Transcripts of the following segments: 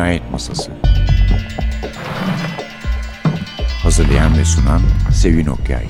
Cinayet Masası. Hazırlayan ve sunan Sevin Okyay.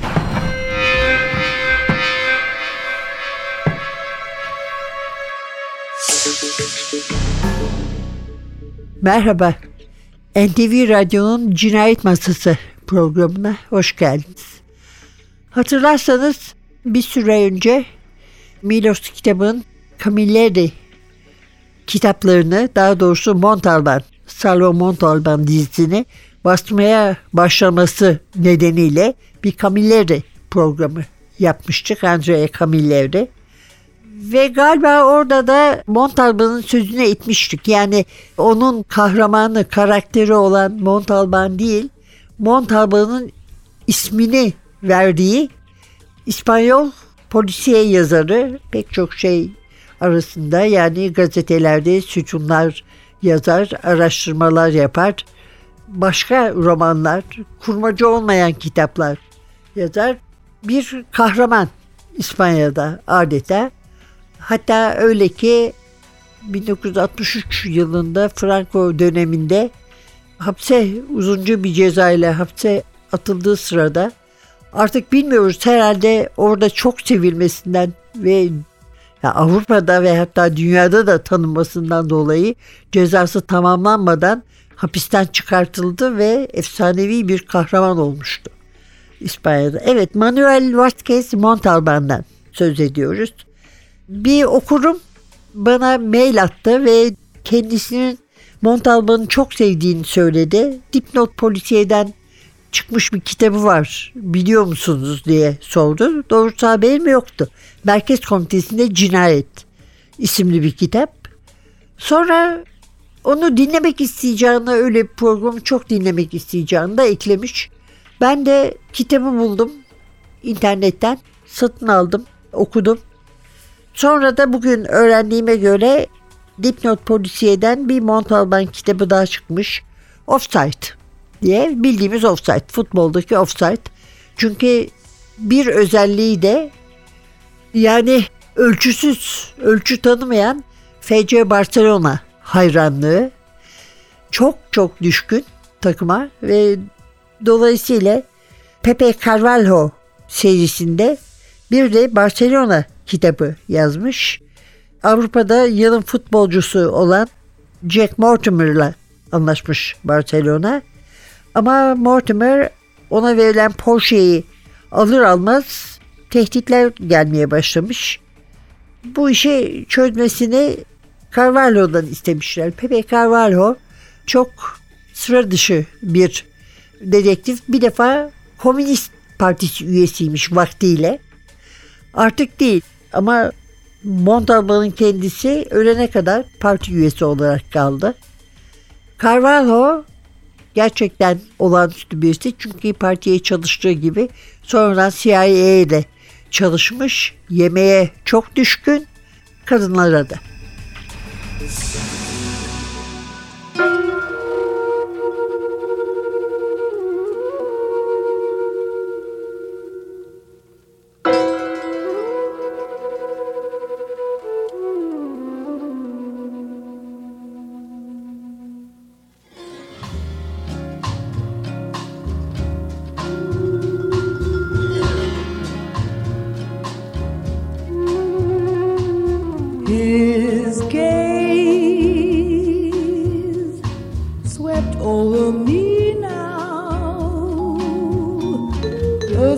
Merhaba, NTV Radyo'nun Cinayet Masası programına hoş geldiniz. Hatırlarsanız bir süre önce Milos kitabın Camilleri kitaplarını, daha doğrusu Montalban, Salvo Montalban dizisini basmaya başlaması nedeniyle bir Camilleri programı yapmıştık. Andrea Camilleri. Ve galiba orada da Montalban'ın sözüne itmiştik. Yani onun kahramanı, karakteri olan Montalban değil, Montalban'ın ismini verdiği İspanyol polisiye yazarı, pek çok şey arasında, yani gazetelerde sütunlar yazar, araştırmalar yapar, başka romanlar, kurmaca olmayan kitaplar yazar. Bir kahraman İspanya'da adeta. Hatta öyle ki 1963 yılında Franco döneminde uzunca bir cezayla hapse atıldığı sırada, artık bilmiyoruz, herhalde orada çok sevilmesinden ve Avrupa'da ve hatta dünyada da tanınmasından dolayı cezası tamamlanmadan hapisten çıkartıldı ve efsanevi bir kahraman olmuştu İspanya'da. Evet, Manuel Vázquez Montalban'dan söz ediyoruz. Bir okurum bana mail attı ve kendisinin Montalban'ı çok sevdiğini söyledi. Dipnot Polisiye'den çıkmış bir kitabı var, biliyor musunuz diye sordu. Doğrusu haberim yoktu. Merkez Komitesi'nde Cinayet isimli bir kitap. Sonra onu dinlemek isteyeceğini, öyle bir programı çok dinlemek isteyeceğini de eklemiş. Ben de kitabı buldum internetten, satın aldım, okudum. Sonra da bugün öğrendiğime göre Dipnot Polisiye'den bir Montalban kitabı daha çıkmış. Offside diye, bildiğimiz offside, futboldaki offside. Çünkü bir özelliği de yani ölçü tanımayan FC Barcelona hayranlığı, çok çok düşkün takıma ve dolayısıyla Pepe Carvalho serisinde bir de Barcelona kitabı yazmış. Avrupa'da yılın futbolcusu olan Jack Mortimer'la anlaşmış Barcelona. Ama Mortimer ona verilen Porsche'yi alır almaz tehditler gelmeye başlamış. Bu işi çözmesini Carvalho'dan istemişler. Pepe Carvalho çok sıra dışı bir dedektif. Bir defa Komünist Partisi üyesiymiş vaktiyle. Artık değil ama Montalban'ın kendisi ölene kadar parti üyesi olarak kaldı. Carvalho gerçekten olağanüstü birisi, çünkü partiye çalıştığı gibi sonradan CIA'de çalışmış, yemeğe çok düşkün, kadınlara da. His gaze swept over me now, a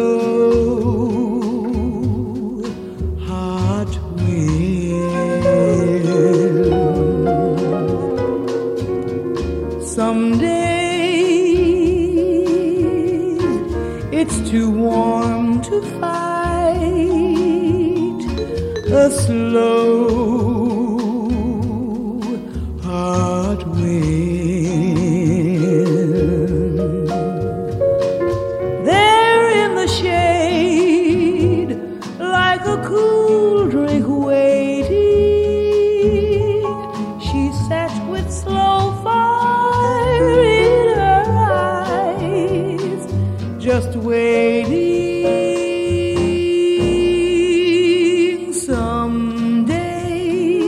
slow hot wind. Someday it's too warm to fight, a slow hot wind. There in the shade, like a cool drink waiting, she sat with slow fire in her eyes, just waiting. Someday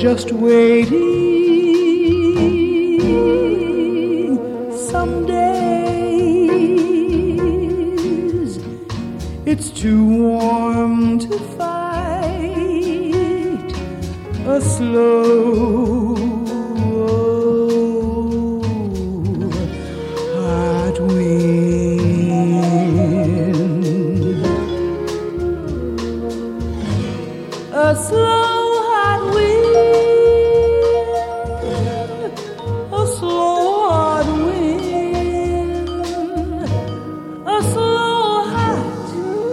just waiting. Some days it's too warm to fight a slow hot wind. A slow hot wind, a slow hot wind, a slow hot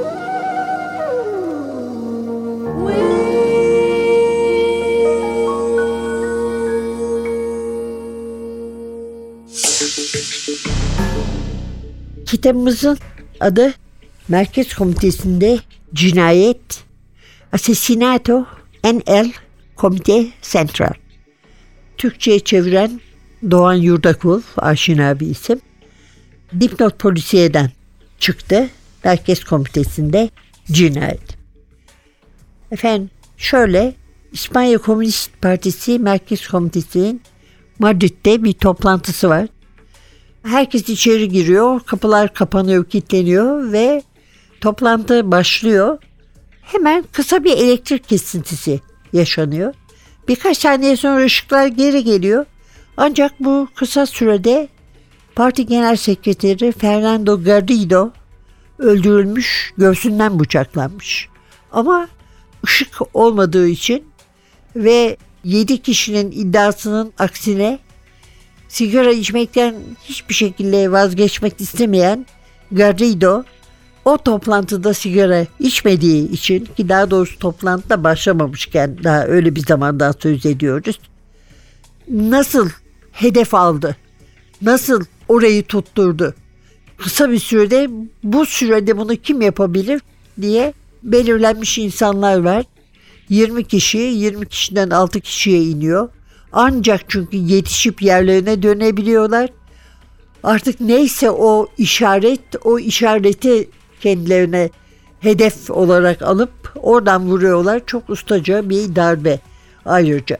wind. Kitabımızın adı Merkez Komitesi'nde Cinayet, Asesinato en el Komite Central. Türkçe'ye çeviren Doğan Yurdakul, aşina bir isim. Dipnot Polisiye'den çıktı. Merkez Komitesi'nde Cinayet. Efendim şöyle, İspanya Komünist Partisi Merkez Komitesi'nin Madrid'de bir toplantısı var. Herkes içeri giriyor, kapılar kapanıyor, kilitleniyor ve toplantı başlıyor. Hemen kısa bir elektrik kesintisi yaşanıyor. Birkaç saniye sonra ışıklar geri geliyor. Ancak bu kısa sürede parti genel sekreteri Fernando Garrido öldürülmüş, göğsünden bıçaklanmış. Ama ışık olmadığı için ve 7 kişinin iddiasının aksine sigara içmekten hiçbir şekilde vazgeçmek istemeyen Garrido o toplantıda sigara içmediği için, ki daha doğrusu toplantıda başlamamışken daha öyle bir zamandan söz ediyoruz, nasıl hedef aldı, nasıl orayı tutturdu, kısa bir sürede, bu sürede bunu kim yapabilir diye belirlenmiş insanlar var. 20 kişiden 6 kişiye iniyor. Ancak çünkü yetişip yerlerine dönebiliyorlar. Artık neyse o işareti kendilerine hedef olarak alıp oradan vuruyorlar. Çok ustaca bir darbe ayrıca.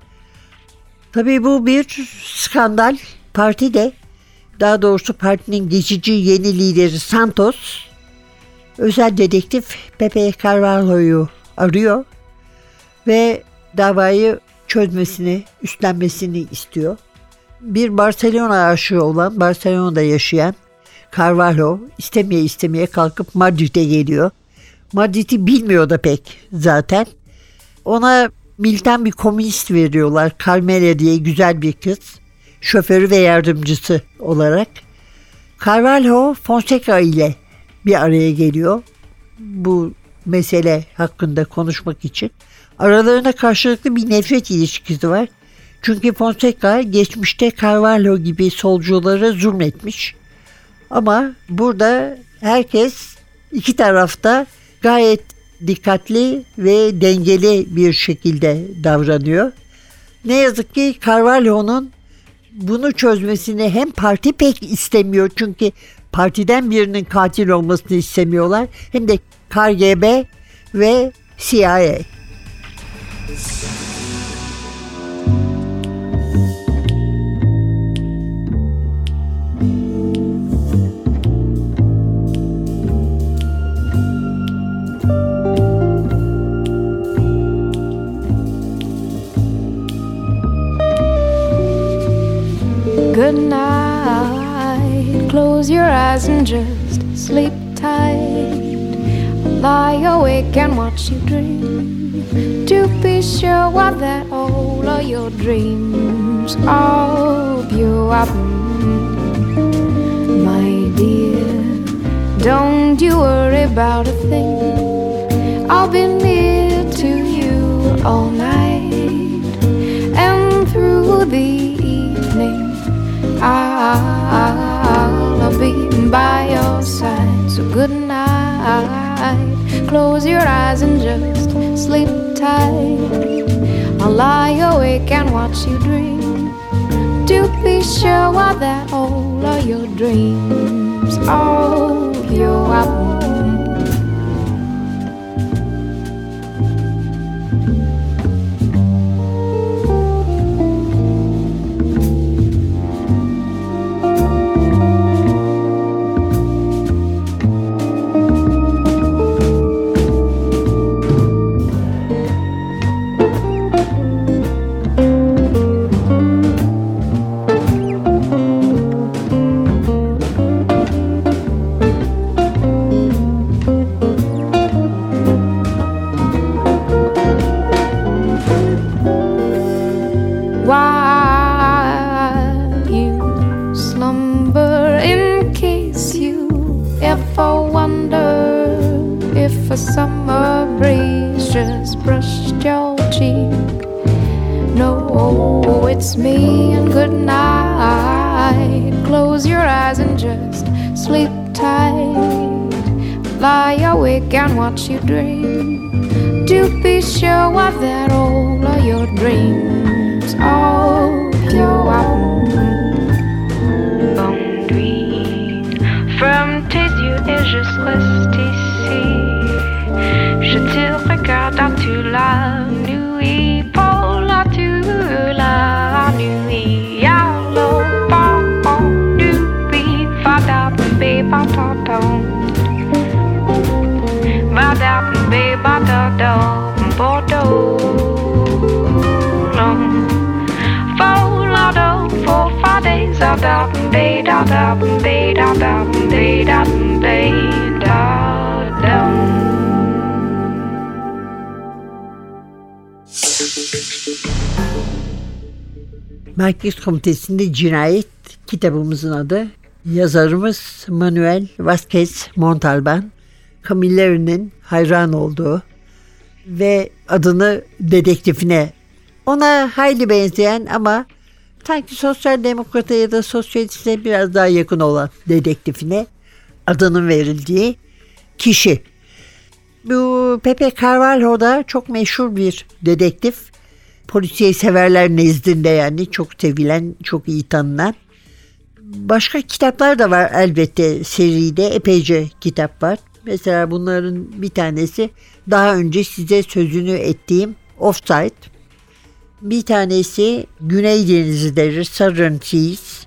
Tabii bu bir skandal. Parti de, daha doğrusu partinin geçici yeni lideri Santos, özel dedektif Pepe Carvalho'yu arıyor ve davayı çözmesini, üstlenmesini istiyor. Bir Barcelona aşığı olan, Barcelona'da yaşayan Carvalho istemeye kalkıp Madrid'e geliyor. Madrid'i bilmiyor da pek zaten. Ona militan bir komünist veriyorlar. Carmela diye güzel bir kız. Şoförü ve yardımcısı olarak. Carvalho Fonseca ile bir araya geliyor. Bu mesele hakkında konuşmak için. Aralarında karşılıklı bir nefret ilişkisi var. Çünkü Fonseca geçmişte Carvalho gibi solculara zulmetmiş. Ama burada herkes, iki tarafta gayet dikkatli ve dengeli bir şekilde davranıyor. Ne yazık ki Carvalho'nun bunu çözmesini hem parti pek istemiyor, çünkü partiden birinin katil olmasını istemiyorlar, hem de KGB ve CIA. Good night, close your eyes and just sleep tight. Lie awake and watch you dream, to be sure what that all of your dreams are pure. My dear, don't you worry about a thing. I'll be near to you all night, and through the evening I'll be by your side. So good night, close your eyes and just sleep tight. I'll lie awake and watch you dream, to be sure what that all of your dreams are pure. no wonder if a summer breeze just brushed your cheek. No, it's me and good night. Close your eyes and just sleep tight. Lie awake and watch you dream. To be sure of that all of your dreams are pure. Bonne nuit. Ferme tes yeux et juste reste ici. Je te regarde à toute la nuit. Pour la toute la nuit. Yellow ball nuit. Fada baby bataton. Fada baby bataton. Bordeaux. Follow for 5 days. Da da da da da da da da da da. Merkez Komitesi'nde Cinayet kitabımızın adı. Yazarımız Manuel Vázquez Montalbán, Camiller'in hayran olduğu ve adını dedektifine, ona hayli benzeyen ama sanki sosyal demokrata ya da sosyaliste biraz daha yakın olan dedektifine adının verildiği kişi. Bu Pepe Carvalho da çok meşhur bir dedektif. Polisiye severler nezdinde yani çok sevilen, çok iyi tanınan. Başka kitaplar da var elbette seride, epeyce kitap var. Mesela bunların bir tanesi daha önce size sözünü ettiğim Offside. Bir tanesi Güney Denizi'dir, Southern Seas.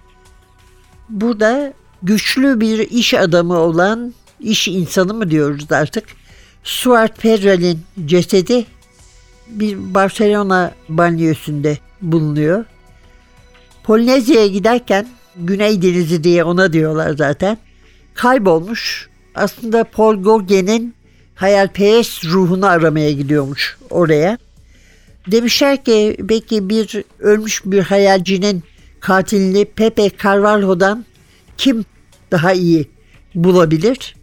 Burada güçlü bir iş adamı olan, iş insanı mı diyoruz artık, Stuart Petrel'in cesedi bir Barcelona banyosunda bulunuyor. Polinezya'ya giderken, Güney Denizi diye ona diyorlar zaten, kaybolmuş. Aslında Paul Gauguin'in hayalperest ruhunu aramaya gidiyormuş oraya. Demişler ki belki bir ölmüş bir hayalcinin katilini Pepe Carvalho'dan kim daha iyi bulabilir?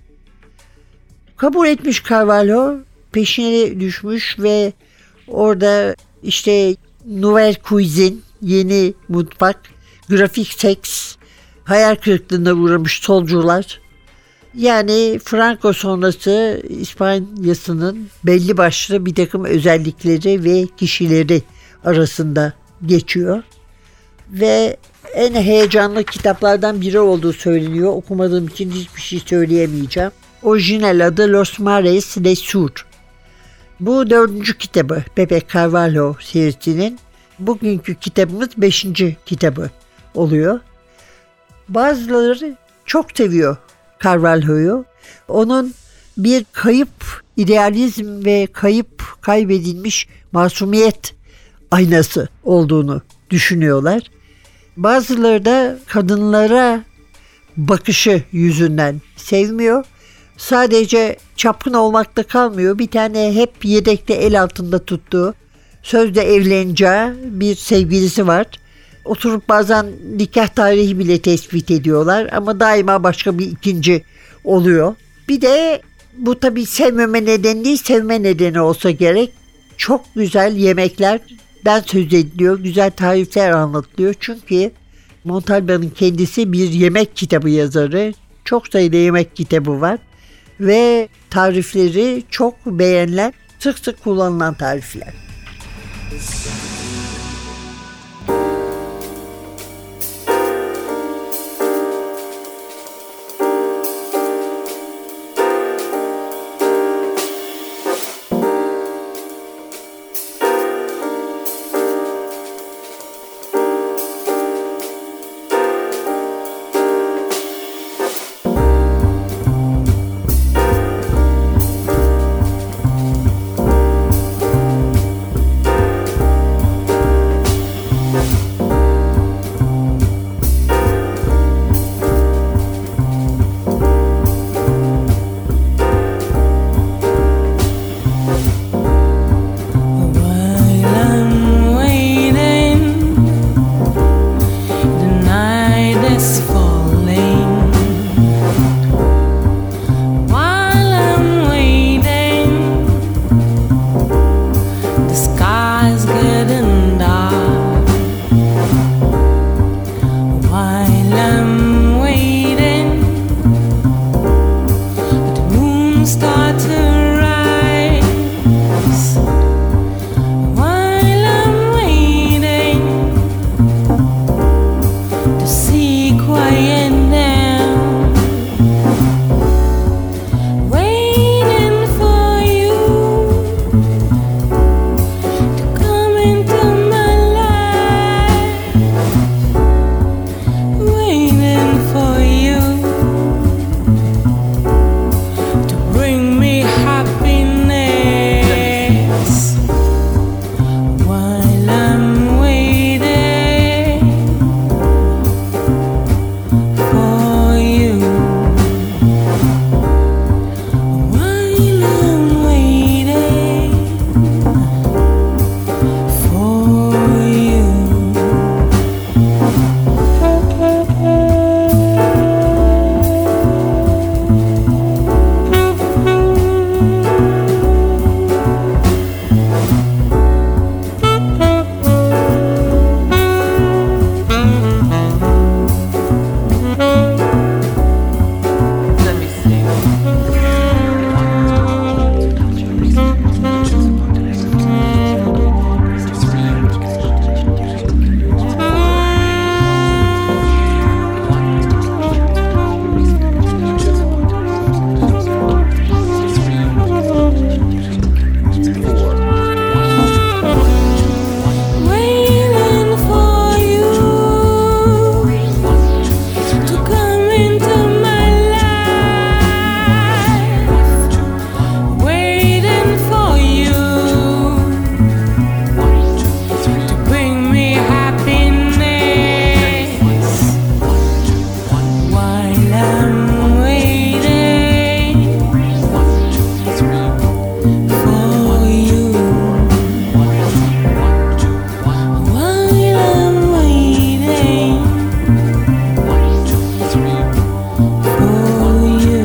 Kabul etmiş Carvalho, peşine düşmüş ve orada işte Nouvelle Cuisine, yeni mutfak, grafik seks, hayal kırıklığına uğramış solcular. Yani Franco sonrası İspanya'sının belli başlı bir takım özellikleri ve kişileri arasında geçiyor. Ve en heyecanlı kitaplardan biri olduğu söyleniyor. Okumadığım için hiçbir şey söyleyemeyeceğim. Orijinal adı Los Mares del Sur. Bu 4. kitabı Pepe Carvalho serisinin. Bugünkü kitabımız 5. kitabı oluyor. Bazıları çok seviyor Carvalho'yu. Onun bir kayıp idealizm ve kaybedilmiş masumiyet aynası olduğunu düşünüyorlar. Bazıları da kadınlara bakışı yüzünden sevmiyor. Sadece çapkın olmakta kalmıyor. Bir tane hep yedekte el altında tuttuğu, sözde evleneceği bir sevgilisi var. Oturup bazen nikah tarihi bile tespit ediyorlar ama daima başka bir ikinci oluyor. Bir de bu tabii sevmeme nedeni değil, sevme nedeni olsa gerek. Çok güzel yemeklerden söz ediliyor, güzel tarifler anlatılıyor. Çünkü Montalbán'ın kendisi bir yemek kitabı yazarı. Çok sayıda yemek kitabı var ve tarifleri çok beğenilen, sık sık kullanılan tarifler. start to rise while I'm waiting to see quiet now, waiting for you to come into my life, waiting for you to bring me happiness while I'm waiting for you, while I'm waiting for you. Let me see. Waiting for you to come into my life, waiting for you to bring me happiness while I'm waiting for you, while I'm waiting for you.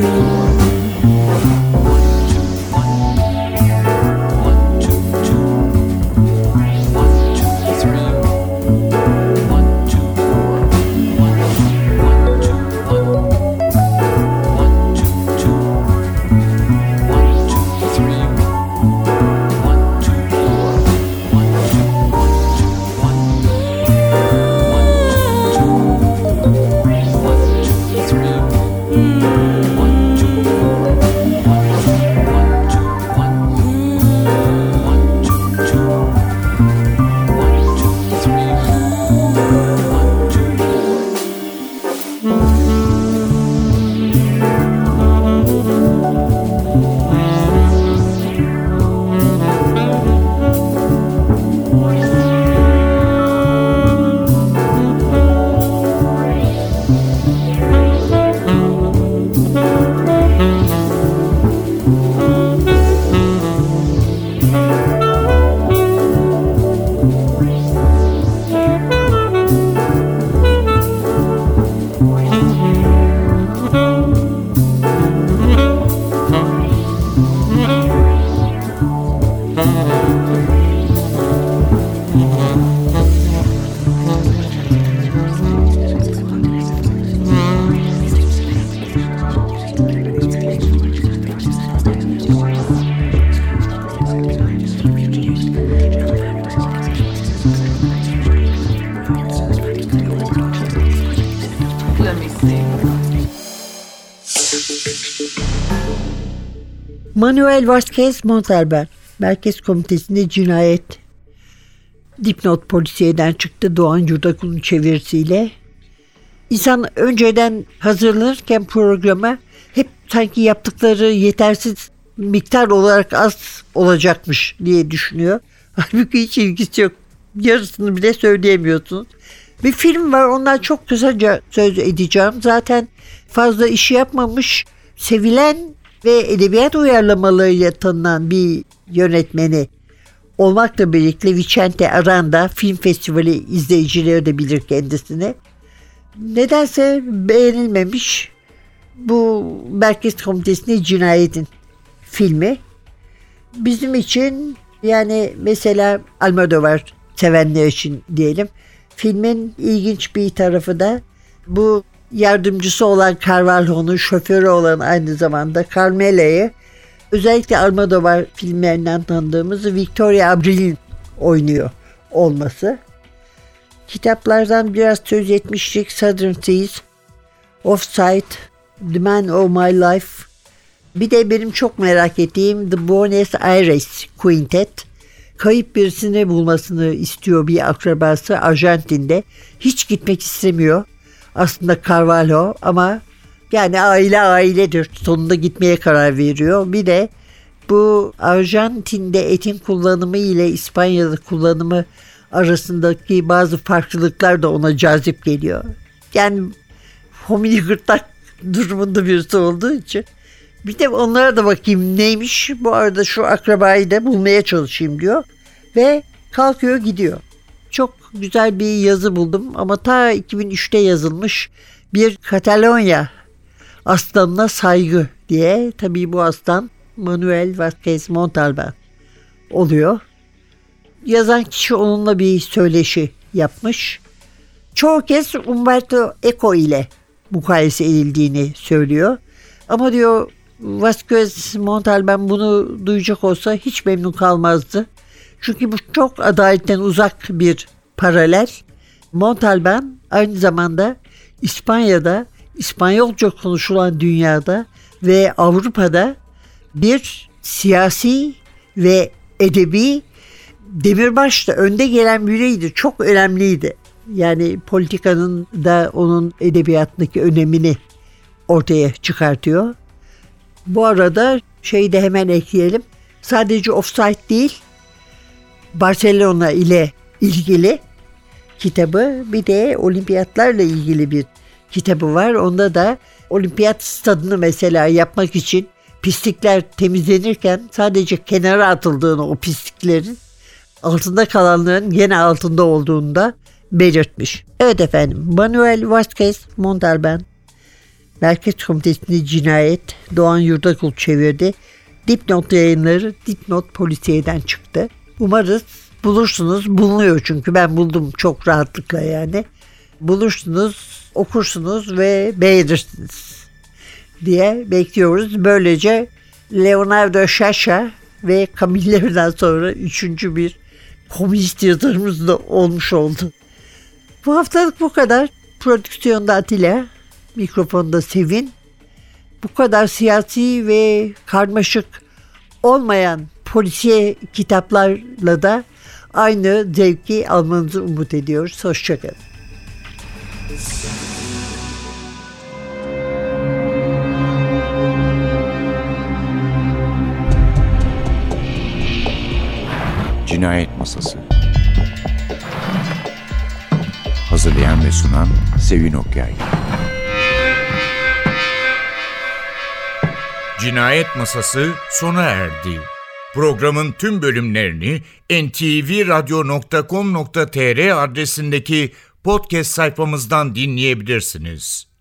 Let me see. Manuel Vázquez Montalbán, Merkez Komitesi'nde cinayet. Dipnot polisiyeden çıktı Doğan Curdakul'un çevirisiyle. İnsan önceden hazırlanırken programa hep sanki yaptıkları yetersiz, miktar olarak az olacakmış diye düşünüyor. Halbuki hiç ilgisi yok. Yarısını bile söyleyemiyorsunuz. Bir film var, ondan çok kısaca söz edeceğim. Zaten fazla işi yapmamış, sevilen ve edebiyat uyarlamalarıyla tanınan bir yönetmeni olmakla birlikte Vicente Aranda Film Festivali izleyicileri de bilir kendisini. Nedense beğenilmemiş bu Merkez Komitesi'nde Cinayet'in filmi. Bizim için, yani mesela Almodovar sevenler için diyelim, filmin ilginç bir tarafı da bu yardımcısı olan Carvalho'nun şoförü olan aynı zamanda Carmela'yı özellikle Almodovar filmlerinden tanıdığımız Victoria Abril'in oynuyor olması. Kitaplardan biraz söz etmiştik. Southern Seas, Offside, The Man of My Life. Bir de benim çok merak ettiğim The Buenos Aires Quintet. Kayıp birisini bulmasını istiyor bir akrabası Arjantin'de. Hiç gitmek istemiyor. Aslında Carvalho ama yani ailedir. Sonunda gitmeye karar veriyor. Bir de bu Arjantin'de etin kullanımı ile İspanya'da kullanımı arasındaki bazı farklılıklar da ona cazip geliyor. Yani homini gırtlak durumunda birisi olduğu için. Bir de onlara da bakayım neymiş. Bu arada şu akrabayı da bulmaya çalışayım diyor. Ve kalkıyor gidiyor. Çok güzel bir yazı buldum ama ta 2003'te yazılmış bir Katalonya aslanına saygı diye. Tabii bu aslan Manuel Vázquez Montalbán oluyor. Yazan kişi onunla bir söyleşi yapmış. Çoğu kez Umberto Eco ile mukayese edildiğini söylüyor. Ama diyor Vázquez Montalbán bunu duyacak olsa hiç memnun kalmazdı. Çünkü bu çok adaletten uzak bir paralel. Montalbán aynı zamanda İspanya'da, İspanyolca konuşulan dünyada ve Avrupa'da bir siyasi ve edebi demirbaşta önde gelen biriydi. Çok önemliydi. Yani politikanın da onun edebiyatındaki önemini ortaya çıkartıyor. Bu arada şeyi de hemen ekleyelim. Sadece Offside değil, Barcelona ile ilgili kitabı, bir de olimpiyatlarla ilgili bir kitabı var. Onda da olimpiyat stadını mesela yapmak için pislikler temizlenirken sadece kenara atıldığını, o pisliklerin altında kalanların gene altında olduğunu da belirtmiş. Evet efendim, Manuel Vázquez Montalbán Merkez Komitesi'nde Cinayet, Doğan Yurdakul çevirdi. Dipnot Yayınları, Dipnot Polisiye'den çıktı. Umarız bulursunuz. Bulunuyor çünkü ben buldum çok rahatlıkla yani. Bulursunuz, okursunuz ve beğenirsiniz diye bekliyoruz. Böylece Leonardo Sciascia ve Camille'den sonra üçüncü bir komünist yazarımız da olmuş oldu. Bu haftalık bu kadar. Prodüksiyonda Atilla, mikrofonda Sevin. Bu kadar siyasi ve karmaşık olmayan polisiye kitaplarla da aynı zevki almanızı umut ediyoruz. Hoşçakalın. Cinayet Masası. Hazırlayan ve sunan Sevin Okyay. Cinayet Masası sona erdi. Programın tüm bölümlerini ntvradio.com.tr adresindeki podcast sayfamızdan dinleyebilirsiniz.